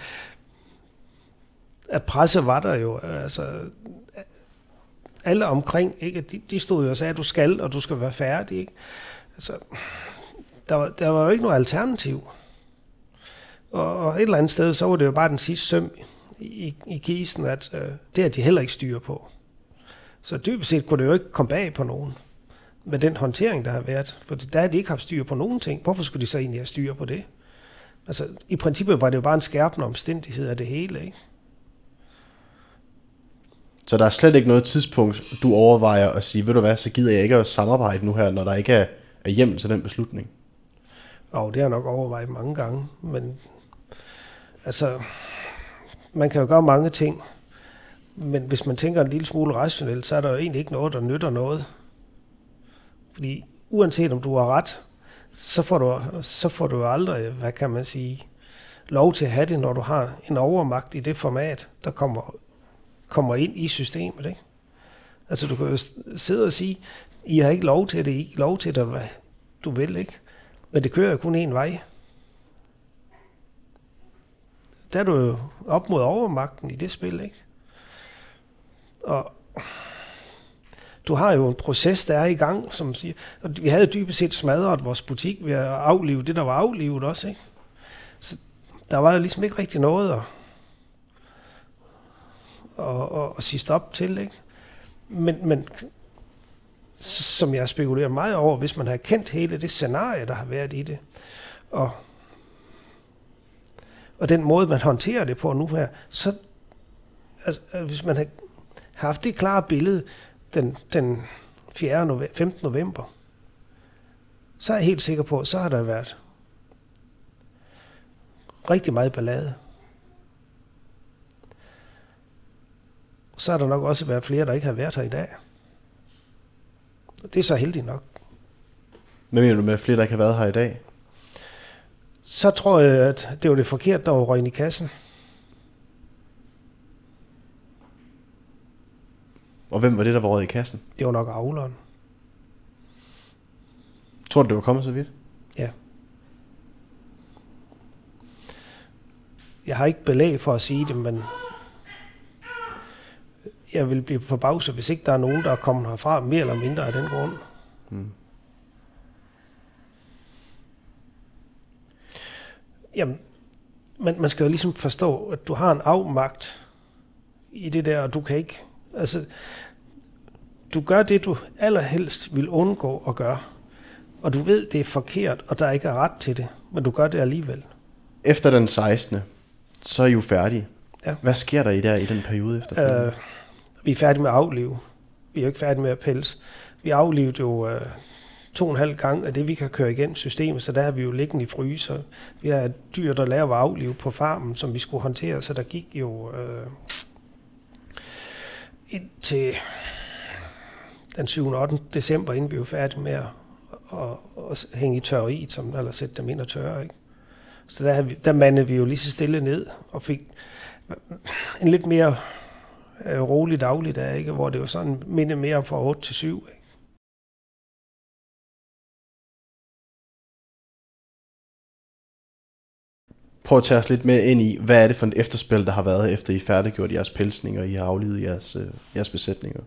at presse var der jo. Altså, alle omkring, ikke? De, de stod jo og sagde, at du skal, og du skal være færdig. Ikke? Altså, der, var, der var jo ikke noget alternativ. Og, og et eller andet sted, så var det jo bare den sidste søm i, i kisten, at øh, det har de heller ikke styr på. Så dybest set kunne det jo ikke komme bag på nogen med den håndtering, der har været. For der har de ikke haft styr på nogen ting. Hvorfor skulle de så egentlig have styr på det? Altså, i princippet var det jo bare en skærpende omstændighed af det hele, ikke? Så der er slet ikke noget tidspunkt, du overvejer at sige, ved du hvad, så gider jeg ikke at samarbejde nu her, når der ikke er, er hjemmel til den beslutning? Og det har jeg nok overvejet mange gange, men altså, man kan jo gøre mange ting, men hvis man tænker en lille smule rationelt, så er der jo egentlig ikke noget, der nytter noget. Fordi uanset om du har ret, så får du, så får du aldrig, hvad kan man sige, lov til at have det, når du har en overmagt i det format, der kommer, kommer ind i systemet, ikke? Altså du kan jo sidde og sige, I har ikke lov til det, I har ikke lov til det, hvad du vil, ikke? Men det kører jo kun én vej. Der er du jo op mod overmagten i det spil, ikke? Og du har jo en proces, der er i gang, som siger, og vi havde dybest set smadret vores butik ved at aflive det, der var aflivet også, ikke? Så der var jo ligesom ikke rigtig noget at, at, at, at sige stop til, ikke? Men, men som jeg spekulerer meget over, hvis man har kendt hele det scenarie, der har været i det, og, og den måde, man håndterer det på nu her, så, altså, hvis man har haft det klare billede den, den fjerde november, femte november, så er jeg helt sikker på, så har der været rigtig meget ballade. Så har der nok også været flere, der ikke har været her i dag. Det er så heldigt nok. Hvad mener du med flere, der ikke har været her i dag? Så tror jeg, at det var det forkerte, der var røgn i kassen. Og hvem var det, der var røget i kassen? Det var nok avleren. Tror du, det var kommet så vidt? Ja. Jeg har ikke belæg for at sige det, men jeg vil blive forbavset, hvis ikke der er nogen, der er kommet herfra mere eller mindre af den grund. Hmm. Jamen, man, man skal jo ligesom forstå, at du har en afmagt i det der, og du kan ikke, altså, du gør det, du allerhelst vil undgå at gøre, og du ved, det er forkert, og der ikke er ret til det, men du gør det alligevel. Efter den sekstende så er I jo færdige. Ja. Hvad sker der i der i den periode efter? Øh, vi er færdige med at aflive. Vi er jo ikke færdige med at pelse. Vi aflivede jo øh, to og en halv gang af det, vi kan køre igennem systemet, så der har vi jo liggende i fryser. Vi har et dyr, der laver afliv på farmen, som vi skulle håndtere, så der gik jo øh, indtil den syvende og ottende december, inden vi var færdige med at, at, at hænge i tørriet, som, eller sætte dem ind og tørre, ikke? Så der, vi, der mandede vi jo lige så stille ned og fik en lidt mere øh, rolig dagligdag, ikke? Hvor det var sådan minde mere fra otte til syv. Ikke? Prøv at tage os lidt mere ind i, hvad er det for et efterspil, der har været, efter I færdiggjort jeres pelsninger, og I har aflivet jeres, øh, jeres besætninger?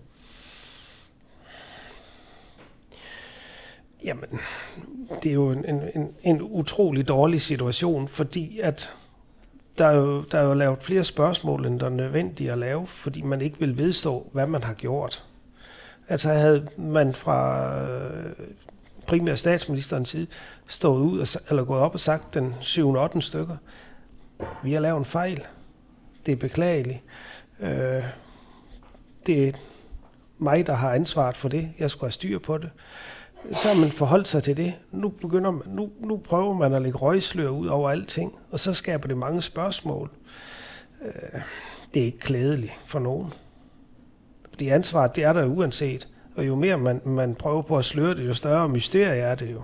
Jamen, det er jo en, en, en utrolig dårlig situation, fordi at der er, jo, der er jo lavet flere spørgsmål, end der er nødvendigt at lave, fordi man ikke vil vedstå, hvad man har gjort. Altså havde man fra primært statsministerens side stået ud og, eller gået op og sagt den syvende og ottende stykker, vi har lavet en fejl. Det er beklageligt. Øh, det er mig, der har ansvaret for det. Jeg skulle have styr på det. Så har man forholdt sig til det. Nu, begynder man, nu, nu prøver man at lægge røgslør ud over alting, og så skaber det mange spørgsmål. Øh, det er ikke klædeligt for nogen. Fordi ansvaret, det er der uanset. Og jo mere man, man prøver på at sløre det, jo større mysterie er det jo.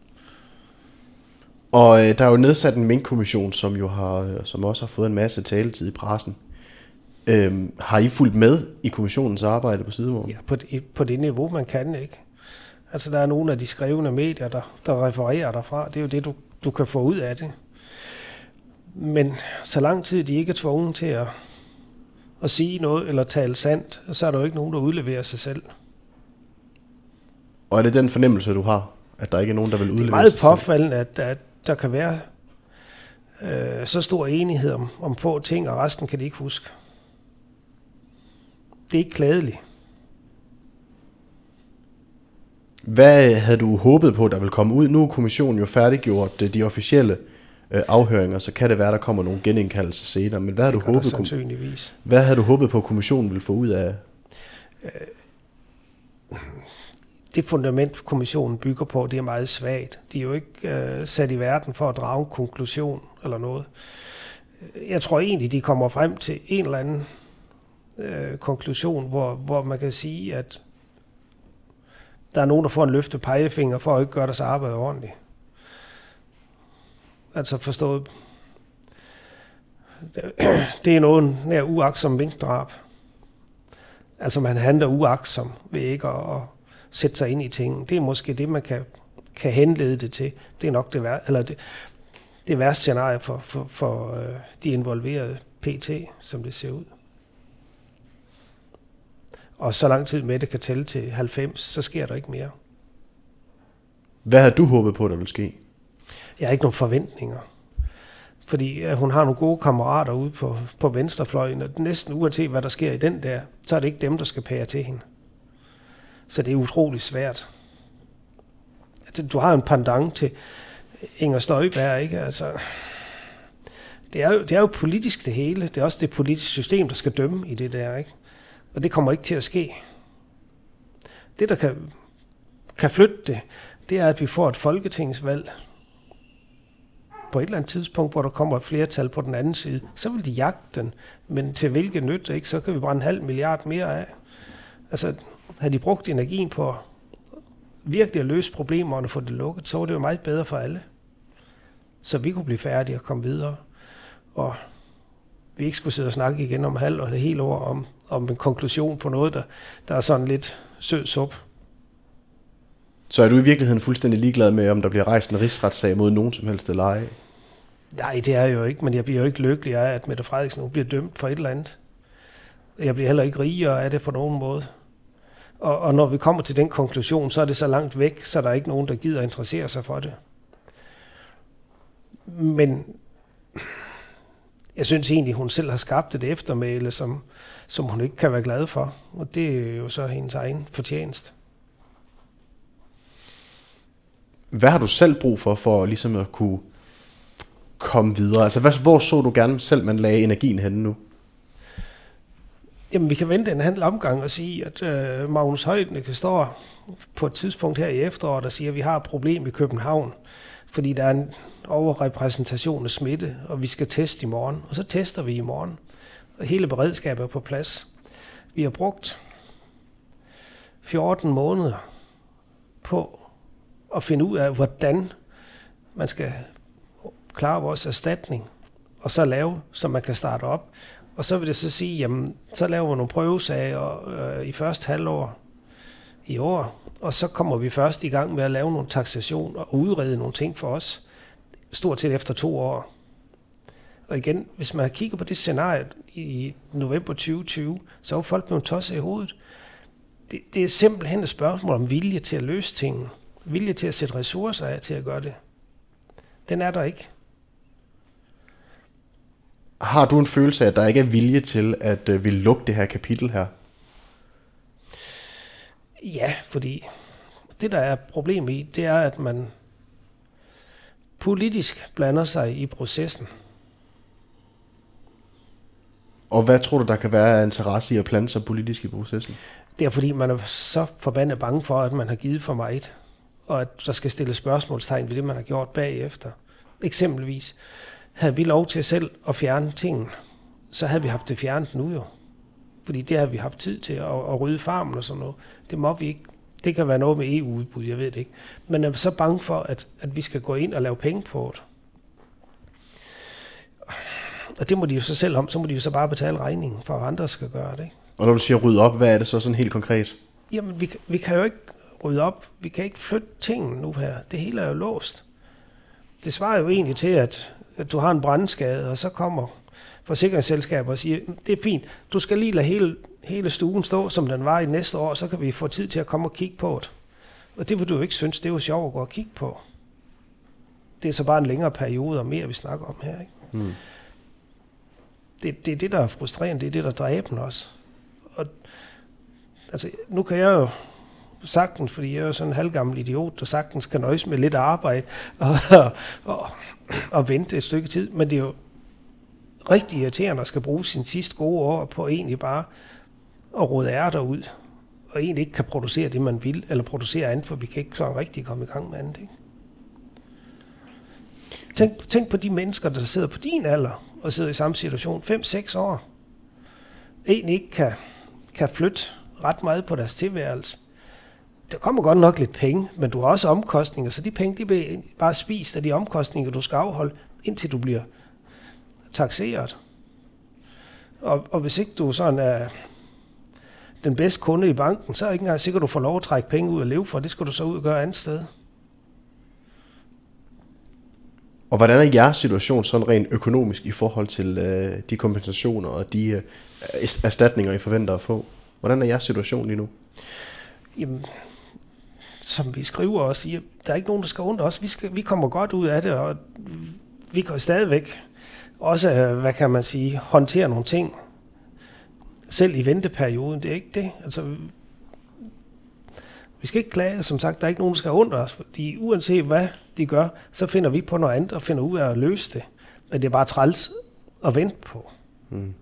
Og øh, der er jo nedsat en minkkommission, som jo har, som også har fået en masse taletid i pressen. Øhm, har I fulgt med i kommissionens arbejde på Sidemål? Ja, på det, på det niveau, man kan, ikke? Altså, der er nogle af de skrevne medier, der, der refererer derfra. Det er jo det, du, du kan få ud af det. Men så lang tid de ikke er tvunget til at, at sige noget eller tale sandt, så er der jo ikke nogen, der udleverer sig selv. Og er det den fornemmelse, du har, at der ikke er nogen, der vil udlevere sig? Det er meget påfaldende, at, at der kan være øh, så stor enighed om, om få ting, og resten kan de ikke huske. Det er ikke klædeligt. Hvad havde du håbet på, der ville komme ud? Nu er kommissionen jo færdiggjort de officielle øh, afhøringer, så kan det være, der kommer nogle genindkaldelser senere. Men hvad havde, du håbet, sandsynligvis. hvad havde du håbet på, at kommissionen ville få ud af? Øh, det fundament, kommissionen bygger på, det er meget svagt. De er jo ikke øh, sat i verden for at drage en konklusion eller noget. Jeg tror egentlig, de kommer frem til en eller anden øh, konklusion, hvor, hvor man kan sige, at der er nogen, der får en løftet pegefinger for at ikke gøre deres arbejde ordentligt. Altså forstået, det er noget nær uagtsom minkdrab. Altså man handler uagtsom ved ikke at, at sætte sig ind i tingene. Det er måske det, man kan, kan henlede det til. Det er nok det, vær, eller det, det værste scenarie for, for, for uh, de involverede P T, som det ser ud. Og så lang tid med det kan tælle til halvfems, så sker der ikke mere. Hvad havde du håbet på, der ville ske? Jeg har ikke nogen forventninger. Fordi ja, hun har nogle gode kammerater ude på, på venstrefløjen, og næsten uanset hvad der sker i den der, så er det ikke dem, der skal pære til hende. Så det er utroligt svært. Altså, du har en pendant til Inger Støjberg, ikke? Altså, det er, jo, det er jo politisk det hele. Det er også det politiske system, der skal dømme i det der, ikke? Og det kommer ikke til at ske. Det, der kan, kan flytte det, det er, at vi får et folketingsvalg på et eller andet tidspunkt, hvor der kommer et flertal på den anden side. Så vil de jagte den, men til hvilket nytte, ikke? Så kan vi brænde en halv milliard mere af. Altså, havde de brugt energien på virkelig at løse problemerne og få det lukket, så var det jo meget bedre for alle. Så vi kunne blive færdige og komme videre. Og vi ikke skulle sidde og snakke igen om halv og det hele år om, om en konklusion på noget, der, der er sådan lidt sød sup. Så er du i virkeligheden fuldstændig ligeglad med, om der bliver rejst en rigsretssag mod nogen som helst eller ej? Nej, det er jeg jo ikke, men jeg bliver jo ikke lykkelig af, at Mette Frederiksen nu bliver dømt for et eller andet. Jeg bliver heller ikke rigere af det på nogen måde. Og, og når vi kommer til den konklusion, så er det så langt væk, så der er ikke nogen, der gider interessere sig for det. Men jeg synes egentlig, hun selv har skabt et eftermæle, som, som hun ikke kan være glad for. Og det er jo så hendes egen fortjeneste. Hvad har du selv brug for, for ligesom at kunne komme videre? Altså, hvad, hvor så du gerne selv, man lagde energien henne nu? Jamen, vi kan vente en handel omgang og sige, at øh, Magnus Heunicke kan stå på et tidspunkt her i efteråret og sige, at vi har et problem i København, fordi der er en overrepræsentation af smitte, og vi skal teste i morgen. Og så tester vi i morgen, og hele beredskabet er på plads. Vi har brugt fjorten måneder på at finde ud af, hvordan man skal klare vores erstatning, og så lave, så man kan starte op. Og så vil det så sige, jamen, så laver vi nogle prøvesager øh, i første halvår i år, og så kommer vi først i gang med at lave nogle taxationer og udrede nogle ting for os, stort set efter to år. Og igen, hvis man kigger på det scenarie i november tyve tyve, så er folk blevet tosset i hovedet. Det, det er simpelthen et spørgsmål om vilje til at løse tingene. Vilje til at sætte ressourcer af til at gøre det. Den er der ikke. Har du en følelse af, at der ikke er vilje til at øh, vil lukke det her kapitel her? Ja, fordi det, der er problem i, det er, at man politisk blander sig i processen. Og hvad tror du, der kan være af interesse i at blande sig politisk i processen? Det er, fordi man er så forbandet bange for, at man har givet for meget, og at der skal stilles spørgsmålstegn ved det, man har gjort bagefter. Eksempelvis, havde vi lov til selv at fjerne tingene, så havde vi haft det fjernet nu jo. Fordi det har vi haft tid til at, at rydde farmen og sådan noget. Det må vi ikke. Det kan være noget med E U-udbud, jeg ved det ikke. Men er så bange for, at, at vi skal gå ind og lave penge på det. Og det må de jo så selv om, så må de jo så bare betale regningen for, at andre skal gøre det. Ikke? Og når du siger rydde op, hvad er det så sådan helt konkret? Jamen, vi, vi kan jo ikke rydde op. Vi kan ikke flytte tingene nu her. Det hele er jo låst. Det svarer jo egentlig til, at, at du har en brandskade, og så kommer forsikringsselskaber og siger, det er fint, du skal lige lade hele, hele stuen stå, som den var i næste år, så kan vi få tid til at komme og kigge på det. Og det vil du jo ikke synes, det er jo sjovt at gå og kigge på. Det er så bare en længere periode og mere, vi snakker om her. Ikke? Hmm. Det, det er det, der er frustrerende, det er det, der dræber også. Og, altså, nu kan jeg jo sagtens, fordi jeg er jo sådan en halvgammel idiot, der sagtens kan nøjes med lidt arbejde og, og, og, og vente et stykke tid, men det er jo rigtig irriterende at skal bruge sin sidste gode år på egentlig bare at råde ærter ud, og egentlig ikke kan producere det, man vil, eller producere andet, for vi kan ikke sådan rigtig komme i gang med andet. Ikke? Tænk, tænk på de mennesker, der sidder på din alder, og sidder i samme situation, fem seks år, egentlig ikke kan, kan flytte ret meget på deres tilværelse. Der kommer godt nok lidt penge, men du har også omkostninger, så de penge, de bliver bare spist af de omkostninger, du skal afholde, indtil du bliver takseret. Og, og hvis ikke du sådan er den bedste kunde i banken, så er det ikke engang sikkert, at du får lov at trække penge ud og leve for. Det skal du så ud og gøre andet sted. Og hvordan er jeres situation sådan rent økonomisk i forhold til øh, de kompensationer og de øh, erstatninger, I forventer at få? Hvordan er jeres situation lige nu? Jamen, som vi skriver og siger, der er ikke nogen, der skal undre os. Vi, skal, vi kommer godt ud af det, og vi kan stadigvæk også, hvad kan man sige, håndtere nogle ting, selv i venteperioden. Det er ikke det. Altså, vi skal ikke klage, som sagt, der er ikke nogen, der skal undre os, fordi uanset hvad de gør, så finder vi på noget andet og finder ud af at løse det. at det er bare træls at vente på. Mm.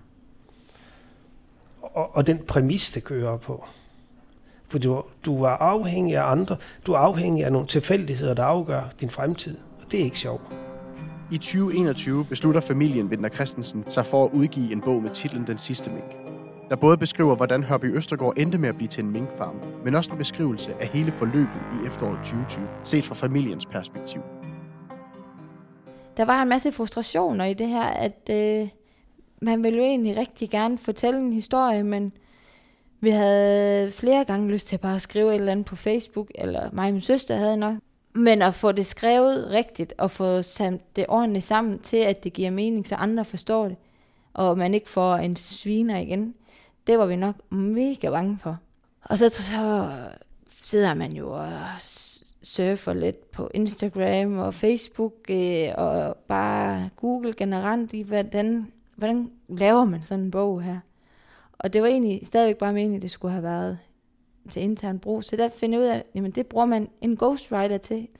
Og, og den præmis, det kører på. For du, du er afhængig af andre. Du er afhængig af nogle tilfældigheder, der afgør din fremtid. Og det er ikke sjovt. I tyve enogtyve beslutter familien Winther Christensen sig for at udgive en bog med titlen Den sidste mink, der både beskriver, hvordan Hørby Østergaard endte med at blive til en minkfarm, men også en beskrivelse af hele forløbet i efteråret tyve tyve, set fra familiens perspektiv. Der var en masse frustrationer i det her, at øh, man ville jo egentlig rigtig gerne fortælle en historie, men vi havde flere gange lyst til bare at skrive et eller andet på Facebook, eller mig og min søster havde nok. Men at få det skrevet rigtigt, og få samt det ordentligt sammen til, at det giver mening, så andre forstår det, og man ikke får en sviner igen, det var vi nok mega bange for. Og så, så sidder man jo og surfer lidt på Instagram og Facebook, øh, og bare Google generelt i, hvordan, hvordan laver man sådan en bog her. Og det var egentlig stadigvæk bare meningen, at det skulle have været til intern brug. Så der finder jeg ud af, at det bruger man en ghostwriter til.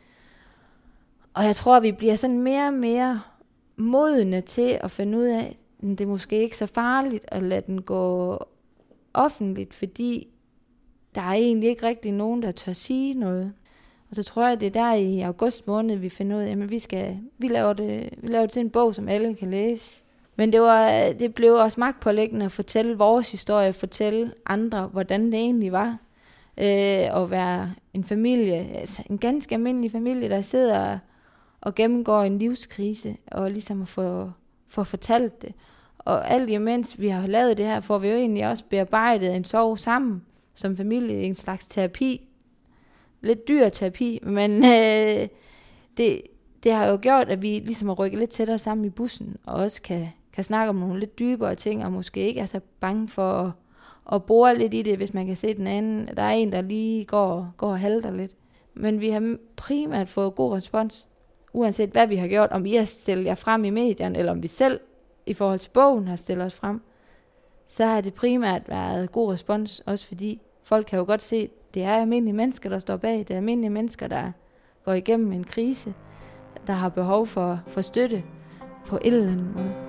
Og jeg tror, at vi bliver sådan mere og mere modne til at finde ud af, at det er måske ikke så farligt at lade den gå offentligt, fordi der er egentlig ikke rigtig nogen, der tør sige noget. Og så tror jeg, at det er der i august måned, vi finder ud af, at vi, skal, vi, laver det, vi laver det til en bog, som alle kan læse. Men det, var, det blev også magtpålæggende at fortælle vores historie, fortælle andre, hvordan det egentlig var. Øh, at være en familie, altså en ganske almindelig familie, der sidder og gennemgår en livskrise, og ligesom at få, få fortalt det. Og alt imens vi har lavet det her, får vi jo egentlig også bearbejdet en sorg sammen, som familie, en slags terapi. Lidt dyr terapi, men øh, det, det har jo gjort, at vi ligesom har rykket lidt tættere sammen i bussen, og også kan, kan snakke om nogle lidt dybere ting, og måske ikke er så bange for at, at bore lidt i det, hvis man kan se den anden. Der er en, der lige går, går og halter lidt. Men vi har primært fået god respons, uanset hvad vi har gjort, om I har stillet jer frem i medierne, eller om vi selv i forhold til bogen har stillet os frem, så har det primært været god respons, også fordi folk kan jo godt se, at det er almindelige mennesker, der står bag. Det er almindelige mennesker, der går igennem en krise, der har behov for, for støtte på en eller anden måde.